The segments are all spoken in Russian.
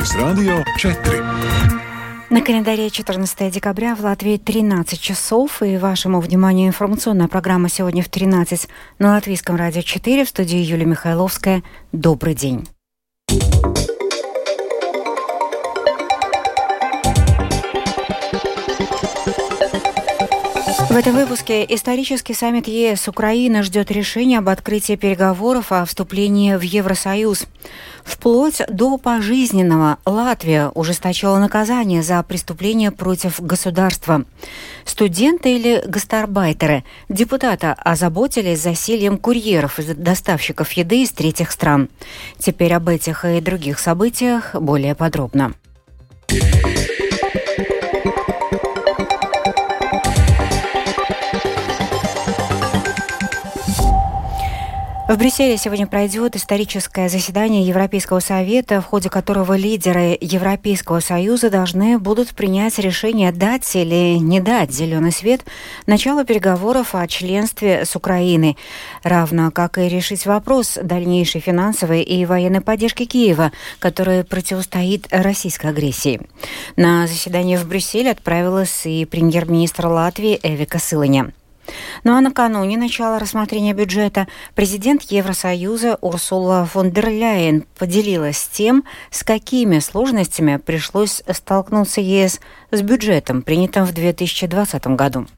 Латвийс Радио 4. На календаре 14 декабря, в Латвии 13 часов, и вашему вниманию информационная программа сегодня в 13 на Латвийском радио 4, в студии Юлия Михайловская. Добрый день. В этом выпуске исторический саммит ЕС Украина ждет решения об открытии переговоров о вступлении в Евросоюз. Вплоть до пожизненного Латвия ужесточила наказание за преступление против государства. Студенты или гастарбайтеры, депутаты озаботились засильем курьеров и доставщиков еды из третьих стран. Теперь об этих и других событиях более подробно. В Брюсселе сегодня пройдет историческое заседание Европейского совета, в ходе которого лидеры Европейского союза должны будут принять решение дать или не дать зеленый свет началу переговоров о членстве с Украиной, равно как и решить вопрос дальнейшей финансовой и военной поддержки Киева, который противостоит российской агрессии. На заседание в Брюссель отправилась и премьер-министр Латвии Эвика Силаня. Ну а накануне начала рассмотрения бюджета президент Евросоюза Урсула фон дер Ляйен поделилась тем, с какими сложностями пришлось столкнуться ЕС с бюджетом, принятым в 2020 году.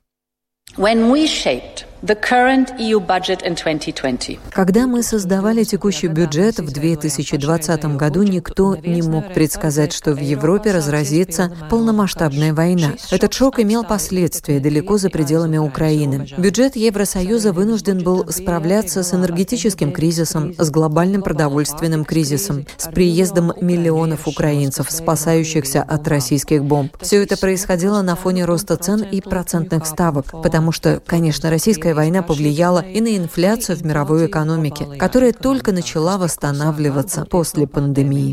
Когда мы создавали текущий бюджет в 2020 году, никто не мог предсказать, что в Европе разразится полномасштабная война. Этот шок имел последствия далеко за пределами Украины. Бюджет Евросоюза вынужден был справляться с энергетическим кризисом, с глобальным продовольственным кризисом, с приездом миллионов украинцев, спасающихся от российских бомб. Все это происходило на фоне роста цен и процентных ставок, потому что, конечно, российская война повлияла и на инфляцию в мировой экономике, которая только начала восстанавливаться после пандемии.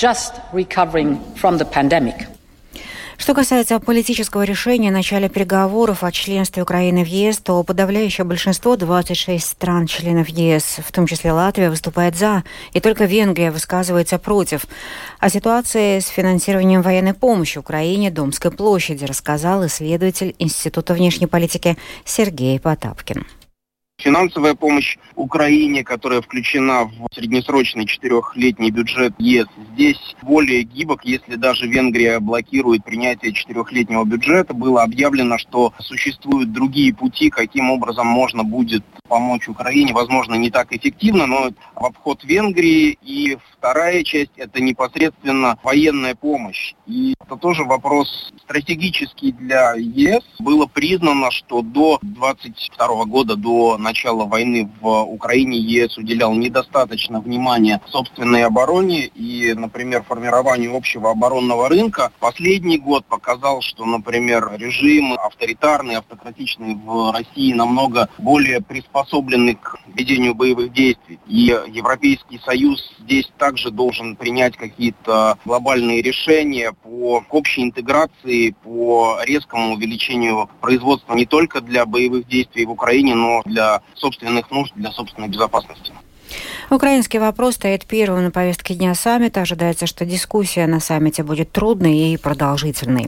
Что касается политического решения о начале переговоров о членстве Украины в ЕС, то подавляющее большинство, 26 стран-членов ЕС, в том числе Латвия, выступает за, и только Венгрия высказывается против. О ситуации с финансированием военной помощи Украине Домской площади рассказал исследователь Института внешней политики Сергей Потапкин. Финансовая помощь Украине, которая включена в среднесрочный 4-летний бюджет ЕС, здесь более гибок, если даже Венгрия блокирует принятие 4-летнего бюджета. Было объявлено, что существуют другие пути, каким образом можно будет помочь Украине. Возможно, не так эффективно, но в обход Венгрии. И вторая часть – это непосредственно военная помощь. И это тоже вопрос стратегический для ЕС. Было признано, что до 2022 года, до начала войны в Украине, ЕС уделял недостаточно внимания собственной обороне и, например, формированию общего оборонного рынка. Последний год показал, что, например, режимы авторитарные, автократичные в России намного более приспособлены к ведению боевых действий. И Европейский Союз здесь также должен принять какие-то глобальные решения по общей интеграции, по резкому увеличению производства не только для боевых действий в Украине, но для собственных нужд, для собственной безопасности. Украинский вопрос стоит первым на повестке дня саммита. Ожидается, что дискуссия на саммите будет трудной и продолжительной.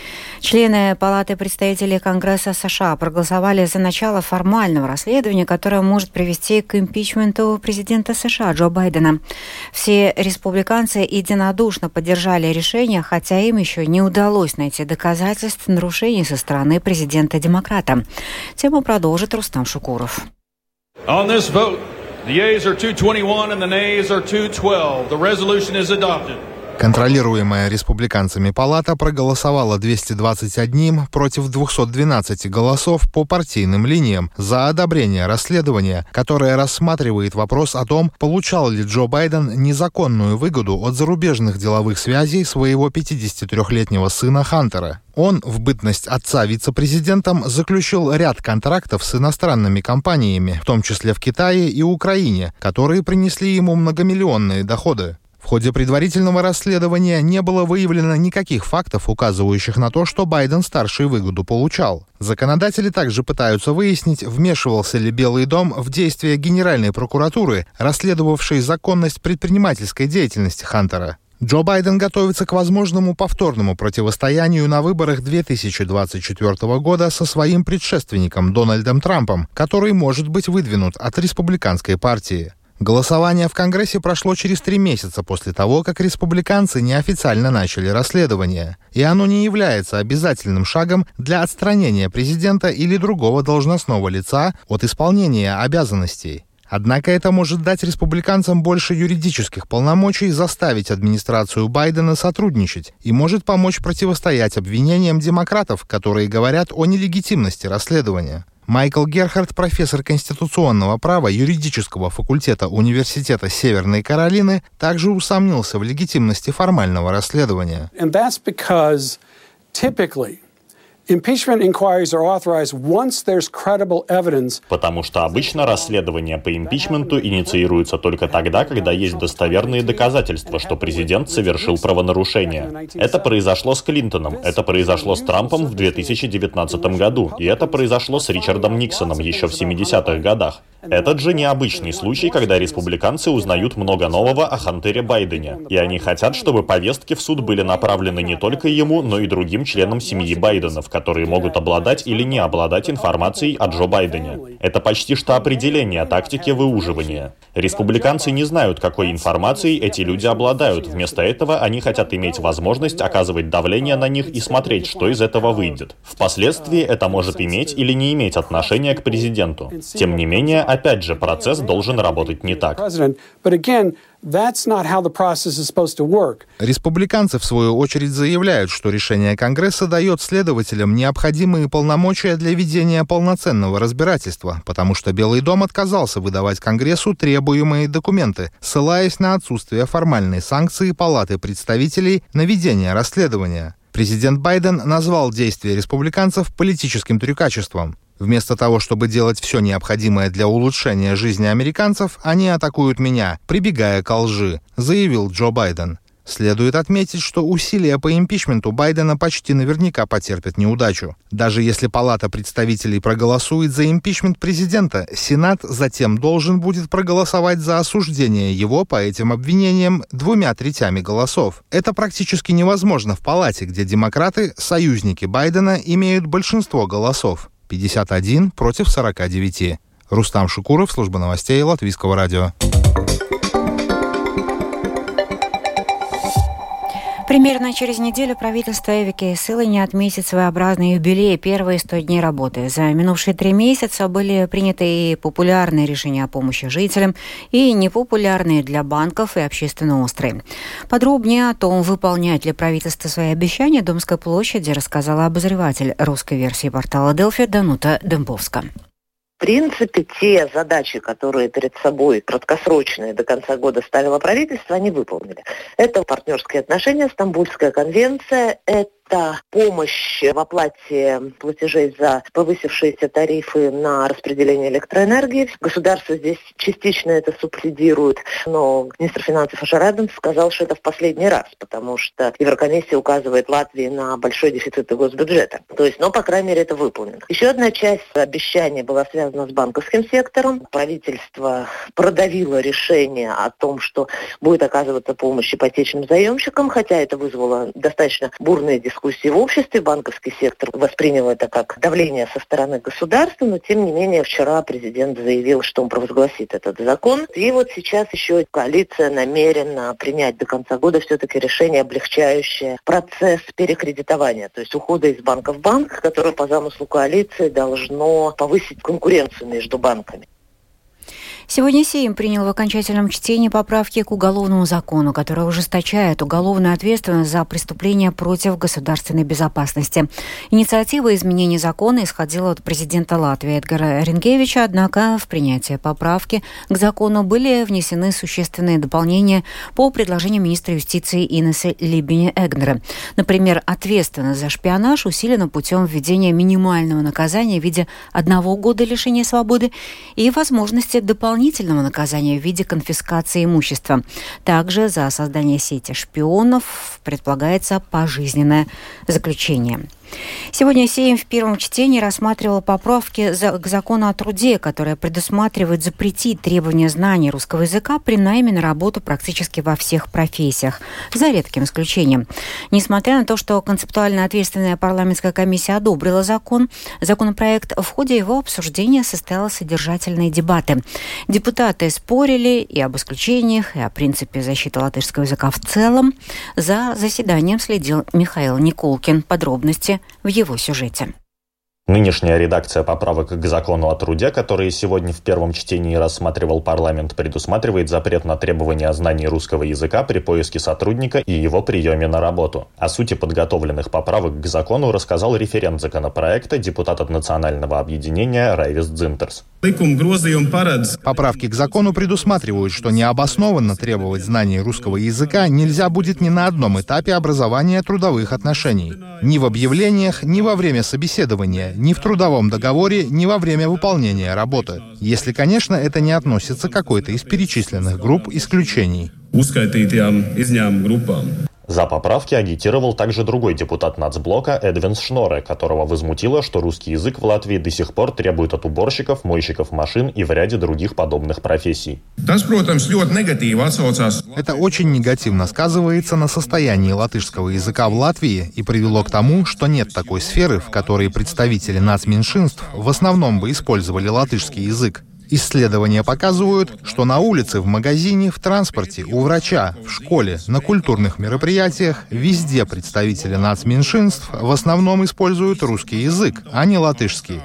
Члены Палаты представителей Конгресса США проголосовали за начало формального расследования, которое может привести к импичменту президента США Джо Байдена. Все республиканцы единодушно поддержали решение, хотя им еще не удалось найти доказательств нарушений со стороны президента-демократа. Тему продолжит Рустам Шукуров. On this vote, the yeas are 221 and the nays are 212. The resolution is adopted. Контролируемая республиканцами палата проголосовала 221 против 212 голосов по партийным линиям за одобрение расследования, которое рассматривает вопрос о том, получал ли Джо Байден незаконную выгоду от зарубежных деловых связей своего 53-летнего сына Хантера. Он в бытность отца вице-президентом заключил ряд контрактов с иностранными компаниями, в том числе в Китае и Украине, которые принесли ему многомиллионные доходы. В ходе предварительного расследования не было выявлено никаких фактов, указывающих на то, что Байден-старший выгоду получал. Законодатели также пытаются выяснить, вмешивался ли Белый дом в действия Генеральной прокуратуры, расследовавшей законность предпринимательской деятельности Хантера. Джо Байден готовится к возможному повторному противостоянию на выборах 2024 года со своим предшественником Дональдом Трампом, который может быть выдвинут от республиканской партии. Голосование в Конгрессе прошло через 3 месяца после того, как республиканцы неофициально начали расследование, и оно не является обязательным шагом для отстранения президента или другого должностного лица от исполнения обязанностей. Однако это может дать республиканцам больше юридических полномочий заставить администрацию Байдена сотрудничать и может помочь противостоять обвинениям демократов, которые говорят о нелегитимности расследования. Майкл Герхард, профессор конституционного права юридического факультета Университета Северной Каролины, также усомнился в легитимности формального расследования. Потому что обычно расследование по импичменту инициируется только тогда, когда есть достоверные доказательства, что президент совершил правонарушение. Это произошло с Клинтоном, это произошло с Трампом в 2019 году, и это произошло с Ричардом Никсоном еще в 70-х годах. Этот же необычный случай, когда республиканцы узнают много нового о Хантере Байдене, и они хотят, чтобы повестки в суд были направлены не только ему, но и другим членам семьи Байденов, которые могут обладать или не обладать информацией о Джо Байдене. Это почти что определение тактики выуживания. Республиканцы не знают, какой информацией эти люди обладают. Вместо этого они хотят иметь возможность оказывать давление на них и смотреть, что из этого выйдет. Впоследствии это может иметь или не иметь отношения к президенту. Тем не менее, опять же, процесс должен работать не так. Республиканцы, в свою очередь, заявляют, что решение Конгресса дает следователям необходимые полномочия для ведения полноценного разбирательства, потому что Белый дом отказался выдавать Конгрессу требуемые документы, ссылаясь на отсутствие формальной санкции Палаты представителей на ведение расследования. Президент Байден назвал действия республиканцев политическим трюкачеством. Вместо того, чтобы делать все необходимое для улучшения жизни американцев, они атакуют меня, прибегая к лжи, заявил Джо Байден. Следует отметить, что усилия по импичменту Байдена почти наверняка потерпят неудачу. Даже если Палата представителей проголосует за импичмент президента, Сенат затем должен будет проголосовать за осуждение его по этим обвинениям 2/3 голосов. Это практически невозможно в Палате, где демократы, союзники Байдена, имеют большинство голосов. 51 против 49. Рустам Шукуров, служба новостей Латвийского радио. Примерно через неделю правительство Эвики Эсилани отметит своеобразный юбилей, первые 100 дней работы. За минувшие 3 месяца были приняты и популярные решения о помощи жителям, и непопулярные для банков и общественно острые. Подробнее о том, выполняет ли правительство свои обещания Домской площади, рассказала обозреватель русской версии портала Делфи Данута Дембовска. В принципе, те задачи, которые перед собой краткосрочные до конца года ставило правительство, они выполнили. Это партнерские отношения, Стамбульская конвенция, это помощь в оплате платежей за повысившиеся тарифы на распределение электроэнергии. Государство здесь частично это субсидирует, но министр финансов Ашарадов сказал, что это в последний раз, потому что Еврокомиссия указывает Латвии на большой дефицит госбюджета. То есть, по крайней мере, это выполнено. Еще одна часть обещаний была связана с банковским сектором. Правительство продавило решение о том, что будет оказываться помощь ипотечным заемщикам, хотя это вызвало достаточно бурные дискуссии в обществе. Банковский сектор воспринял это как давление со стороны государства, но тем не менее вчера президент заявил, что он провозгласит этот закон. И вот сейчас еще коалиция намерена принять до конца года все-таки решение, облегчающее процесс перекредитования, то есть ухода из банка в банк, которое по замыслу коалиции должно повысить конкуренцию между банками. Сегодня Сейм принял в окончательном чтении поправки к уголовному закону, который ужесточает уголовную ответственность за преступления против государственной безопасности. Инициатива изменения закона исходила от президента Латвии Эдгара Ринкевича, однако в принятие поправки к закону были внесены существенные дополнения по предложению министра юстиции Инесы Либини-Эгнера. Например, ответственность за шпионаж усилена путем введения минимального наказания в виде 1 года лишения свободы и возможности дополнительного наказания в виде конфискации имущества. Также за создание сети шпионов предполагается пожизненное заключение. Сегодня Сейм в первом чтении рассматривал поправки к закону о труде, которая предусматривает запретить требования знаний русского языка при найме на работу практически во всех профессиях, за редким исключением. Несмотря на то, что концептуально ответственная парламентская комиссия одобрила законопроект, в ходе его обсуждения состоялись содержательные дебаты. Депутаты спорили и об исключениях, и о принципе защиты латышского языка в целом. За заседанием следил Михаил Никулкин. Подробности в его сюжете. Нынешняя редакция поправок к закону о труде, которые сегодня в первом чтении рассматривал парламент, предусматривает запрет на требования знаний русского языка при поиске сотрудника и его приеме на работу. О сути подготовленных поправок к закону рассказал референт законопроекта, депутат от Национального объединения Райвис Дзинтерс. Поправки к закону предусматривают, что необоснованно требовать знаний русского языка нельзя будет ни на одном этапе образования трудовых отношений. Ни в объявлениях, ни во время собеседования, ни в трудовом договоре, ни во время выполнения работы. Если, конечно, это не относится к какой-то из перечисленных групп исключений. За поправки агитировал также другой депутат нацблока Эдвинс Шноре, которого возмутило, что русский язык в Латвии до сих пор требует от уборщиков, мойщиков машин и в ряде других подобных профессий. Это очень негативно сказывается на состоянии латышского языка в Латвии и привело к тому, что нет такой сферы, в которой представители нацменьшинств в основном бы использовали латышский язык. Исследования показывают, что на улице, в магазине, в транспорте, у врача, в школе, на культурных мероприятиях везде представители нацменьшинств в основном используют русский язык, а не латышский.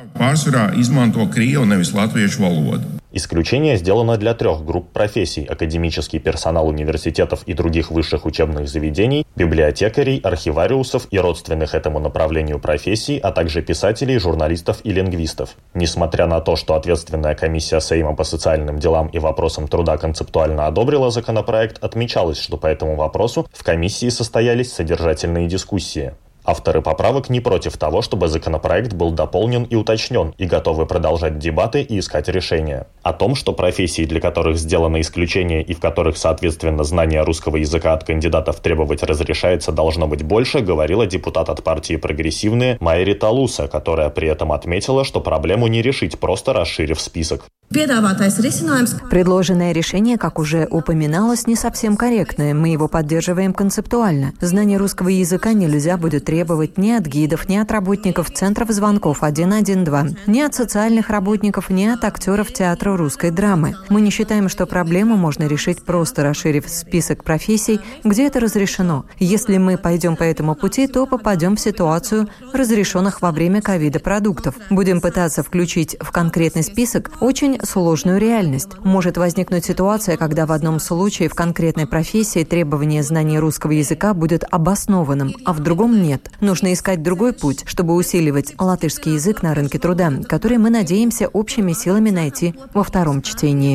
Исключение сделано для 3 групп профессий: академический персонал университетов и других высших учебных заведений, библиотекарей, архивариусов и родственных этому направлению профессий, а также писателей, журналистов и лингвистов. Несмотря на то, что ответственная комиссия Сейма по социальным делам и вопросам труда концептуально одобрила законопроект, отмечалось, что по этому вопросу в комиссии состоялись содержательные дискуссии. Авторы поправок не против того, чтобы законопроект был дополнен и уточнен, и готовы продолжать дебаты и искать решения. О том, что профессии, для которых сделано исключение и в которых, соответственно, знание русского языка от кандидатов требовать разрешается, должно быть больше, говорила депутат от партии «Прогрессивные» Майри Талуса, которая при этом отметила, что проблему не решить, просто расширив список. Предложенное решение, как уже упоминалось, не совсем корректное. Мы его поддерживаем концептуально. Знание русского языка нельзя будет требовать ни от гидов, ни от работников центров звонков 112, ни от социальных работников, ни от актеров театра русской драмы. Мы не считаем, что проблему можно решить, просто расширив список профессий, где это разрешено. Если мы пойдем по этому пути, то попадем в ситуацию разрешенных во время ковида продуктов. Будем пытаться включить в конкретный список очень сложную реальность. Может возникнуть ситуация, когда в одном случае в конкретной профессии требование знания русского языка будет обоснованным, а в другом нет. Нужно искать другой путь, чтобы усиливать латышский язык на рынке труда, который мы надеемся общими силами найти во втором чтении.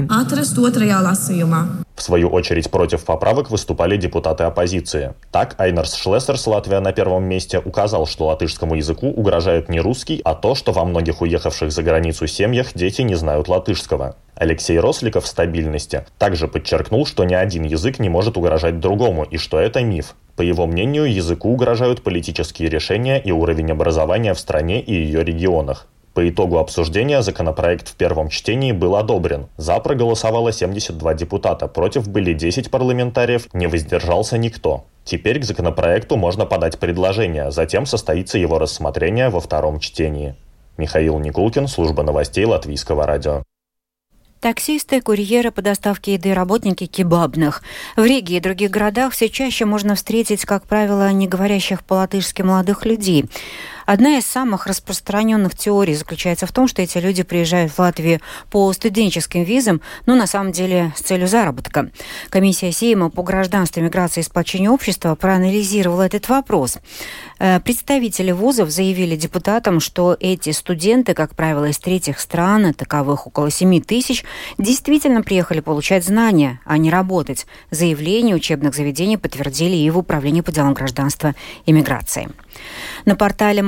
В свою очередь против поправок выступали депутаты оппозиции. Так, Айнарс Шлессерс, Латвия на первом месте, указал, что латышскому языку угрожает не русский, а то, что во многих уехавших за границу семьях дети не знают латышского. Алексей Росликов в «Стабильности» также подчеркнул, что ни один язык не может угрожать другому, и что это миф. По его мнению, языку угрожают политические решения и уровень образования в стране и ее регионах. По итогу обсуждения законопроект в первом чтении был одобрен. За проголосовало 72 депутата, против были 10 парламентариев, не воздержался никто. Теперь к законопроекту можно подать предложение, затем состоится его рассмотрение во втором чтении. Михаил Никулкин, служба новостей Латвийского радио. Таксисты, курьеры по доставке еды, работники кебабных. В Риге и других городах все чаще можно встретить, как правило, не говорящих по-латышски молодых людей. Одна из самых распространенных теорий заключается в том, что эти люди приезжают в Латвию по студенческим визам, но на самом деле с целью заработка. Комиссия Сейма по гражданству, миграции и сплочению общества проанализировала этот вопрос. Представители вузов заявили депутатам, что эти студенты, как правило, из третьих стран, таковых около 7 тысяч, действительно приехали получать знания, а не работать. Заявление учебных заведений подтвердили и в Управлении по делам гражданства и миграции. На портале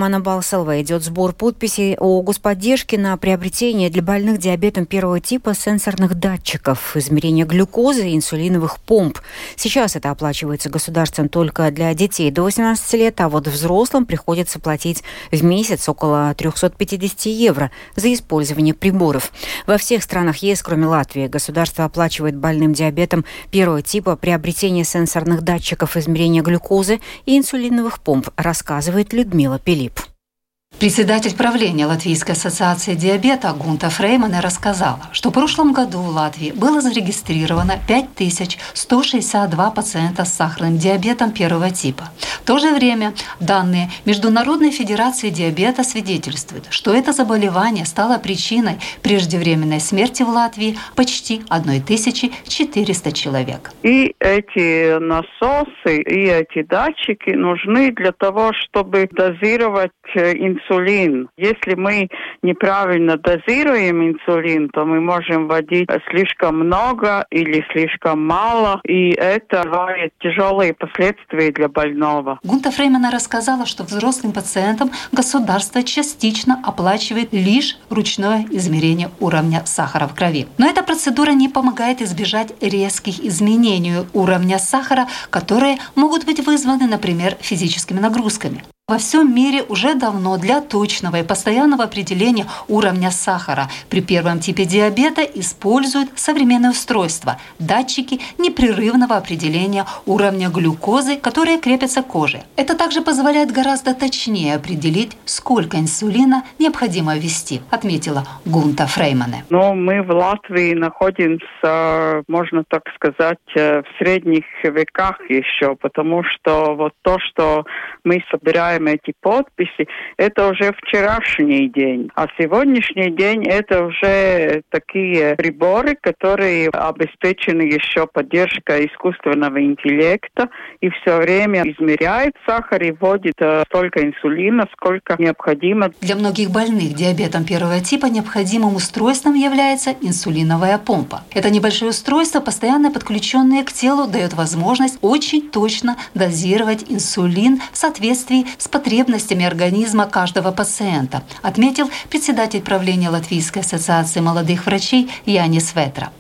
Ивана Балсалова идет сбор подписей о господдержке на приобретение для больных диабетом первого типа сенсорных датчиков, измерения глюкозы и инсулиновых помп. Сейчас это оплачивается государством только для детей до 18 лет, а вот взрослым приходится платить в месяц около 350 евро за использование приборов. Во всех странах ЕС, кроме Латвии, государство оплачивает больным диабетом первого типа приобретение сенсорных датчиков измерения глюкозы и инсулиновых помп, рассказывает Людмила Пилип. Председатель правления Латвийской ассоциации диабета Гунта Фреймане рассказала, что в прошлом году в Латвии было зарегистрировано 5162 пациента с сахарным диабетом первого типа. В то же время данные Международной федерации диабета свидетельствуют, что это заболевание стало причиной преждевременной смерти в Латвии почти 1400 человек. И эти насосы, и эти датчики нужны для того, чтобы дозировать инсулин. Если мы неправильно дозируем инсулин, то мы можем вводить слишком много или слишком мало, и это бывает тяжелые последствия для больного. Гунта Фреймана рассказала, что взрослым пациентам государство частично оплачивает лишь ручное измерение уровня сахара в крови. Но эта процедура не помогает избежать резких изменений уровня сахара, которые могут быть вызваны, например, физическими нагрузками. Во всем мире уже давно для точного и постоянного определения уровня сахара при первом типе диабета используют современные устройства – датчики непрерывного определения уровня глюкозы, которые крепятся к коже. Это также позволяет гораздо точнее определить, сколько инсулина необходимо ввести, отметила Гунта Фреймане. Но мы в Латвии находимся, можно так сказать, в средних веках еще, потому что вот то, что мы собираем эти подписи, это уже вчерашний день. А сегодняшний день это уже такие приборы, которые обеспечены еще поддержкой искусственного интеллекта и все время измеряет сахар и вводит столько инсулина, сколько необходимо. Для многих больных диабетом первого типа необходимым устройством является инсулиновая помпа. Это небольшое устройство, постоянно подключенное к телу, дает возможность очень точно дозировать инсулин в соответствии с потребностями организма каждого пациента, отметил председатель правления Латвийской ассоциации молодых врачей Янис Ветра.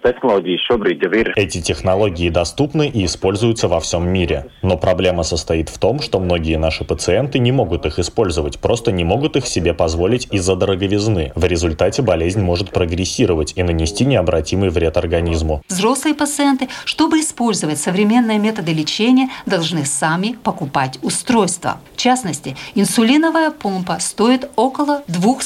Эти технологии доступны и используются во всем мире. Но проблема состоит в том, что многие наши пациенты не могут их использовать, просто не могут их себе позволить из-за дороговизны. В результате болезнь может прогрессировать и нанести необратимый вред организму. Взрослые пациенты, чтобы использовать современные методы лечения, должны сами покупать устройства. В частности, инсулиновая помпа стоит около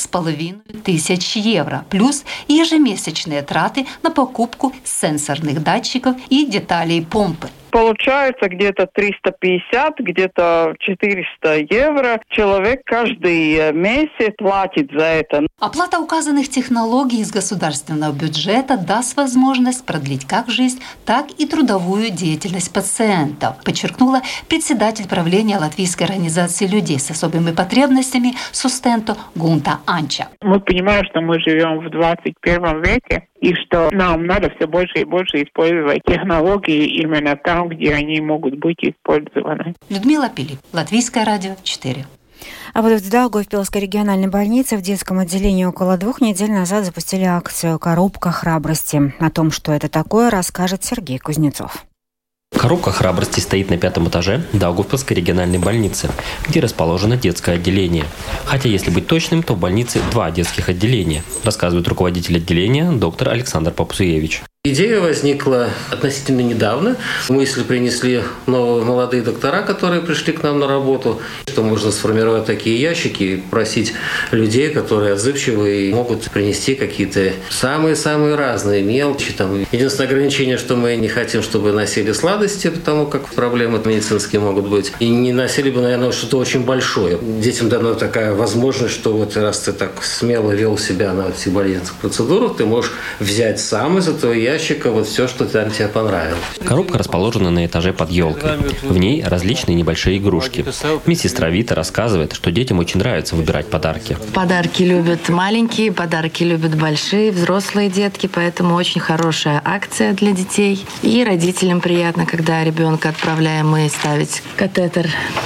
2500 евро, плюс ежемесячные траты на покупку сенсорных датчиков и деталей помпы. Получается где-то 350, где-то 400 евро. Человек каждый месяц платит за это. Оплата указанных технологий из государственного бюджета даст возможность продлить как жизнь, так и трудовую деятельность пациентов, подчеркнула председатель правления Латвийской организации людей с особыми потребностями Сустенто Гунта Анча. Мы понимаем, что мы живем в 21 веке, и что нам надо все больше и больше использовать технологии именно там, где они могут быть использованы. Людмила Пилип, Латвийское радио 4. А вот в Даугавпилской региональной больнице в детском отделении около 2 недель назад запустили акцию «Коробка храбрости». О том, что это такое, расскажет Сергей Кузнецов. Коробка храбрости стоит на 5-м этаже Даугавпилской региональной больницы, где расположено детское отделение. Хотя, если быть точным, то в больнице 2 детских отделения, рассказывает руководитель отделения доктор Александр Попсуевич. Идея возникла относительно недавно. Мысль принесли новые молодые доктора, которые пришли к нам на работу, что можно сформировать такие ящики и просить людей, которые отзывчивые и могут принести какие-то самые-самые разные мелочи. Единственное ограничение, что мы не хотим, чтобы носили сладости, потому как проблемы медицинские могут быть. И не носили бы, наверное, что-то очень большое. Детям дана такая возможность, что вот раз ты так смело вел себя на этих болезненных процедурах, ты можешь взять сам из этого ящика вот все, что там тебе понравилось. Коробка расположена на этаже под елкой. В ней различные небольшие игрушки. Медсестра Вита рассказывает, что детям очень нравится выбирать подарки. Подарки любят маленькие, подарки любят большие, взрослые детки, поэтому очень хорошая акция для детей. И родителям приятно, когда ребенка отправляем мы ставить катетер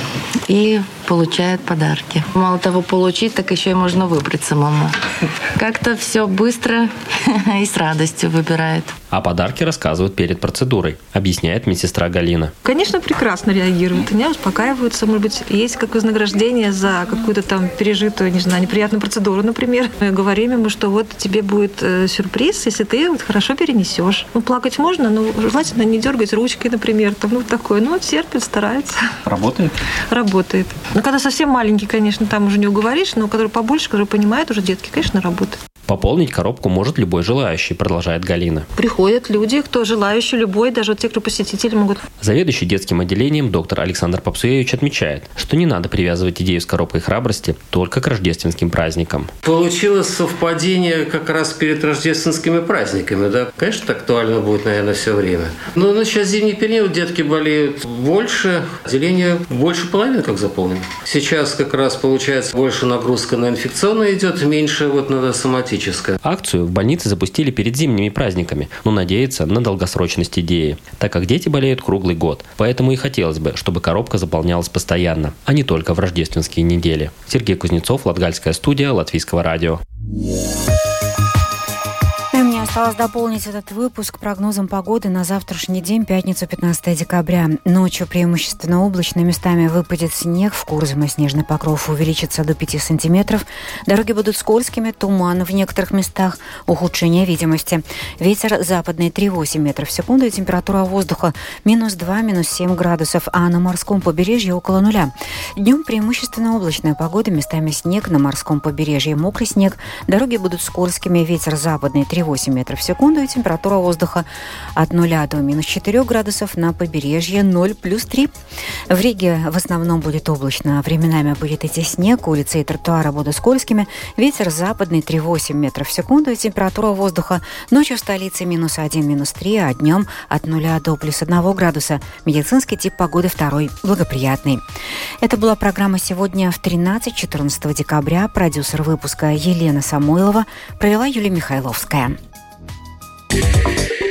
и получают подарки. Мало того получить, так еще и можно выбрать самому. Как-то все быстро и с радостью выбирает. О подарке рассказывают перед процедурой, объясняет медсестра Галина. Конечно, прекрасно реагируют. Они успокаиваются. Может быть, есть как вознаграждение за какую-то там пережитую, не знаю, неприятную процедуру, например. Мы говорим ему, что вот тебе будет сюрприз, если ты вот хорошо перенесешь. Ну, плакать можно, но желательно не дергать ручкой, например. Там, ну, такое. Ну, терпит, старается. Работает? Работает. Ну, когда совсем маленький, конечно, там уже не уговоришь, но который побольше, который понимает уже детки, конечно, работает. Пополнить коробку может любой желающий, продолжает Галина. Приходят люди, кто желающий, любой, даже вот те, кто посетители могут. Заведующий детским отделением доктор Александр Попсуевич отмечает, что не надо привязывать идею с коробкой храбрости только к рождественским праздникам. Получилось совпадение как раз перед рождественскими праздниками. Да? Конечно, это актуально будет, наверное, все время. Но сейчас зимний период, детки болеют больше, отделение больше половины как заполнено. Сейчас как раз получается больше нагрузка на инфекционное идет, меньше вот на соматическое. Акцию в больнице запустили перед зимними праздниками, но надеются на долгосрочность идеи, так как дети болеют круглый год. Поэтому и хотелось бы, чтобы коробка заполнялась постоянно, а не только в рождественские недели. Сергей Кузнецов, Латгальская студия, Латвийского радио. Осталось дополнить этот выпуск прогнозом погоды на завтрашний день, пятницу, 15 декабря. Ночью преимущественно облачно, местами выпадет снег, в Курзаме снежный покров увеличится до 5 сантиметров. Дороги будут скользкими, туман в некоторых местах, ухудшение видимости. Ветер западный 3,8 метров в секунду и температура воздуха -2, -7 градусов, а на морском побережье около нуля. Днем преимущественно облачная погода, местами снег, на морском побережье мокрый снег. Дороги будут скользкими, ветер западный 3,8 метров в секунду и температура воздуха от 0 до -4 градусов, на побережье 0 +3. В Риге в основном будет облачно, временами будет идти снег, улицы и тротуары будут скользкими, ветер западный 3,8 метров в секунду и температура воздуха ночью в столице -1, -3, а днем от 0 до +1 градуса. Медицинский тип погоды второй, благоприятный. Это была программа «Сегодня» в 13-14 декабря. Продюсер выпуска Елена Самойлова, провела Юлия Михайловская.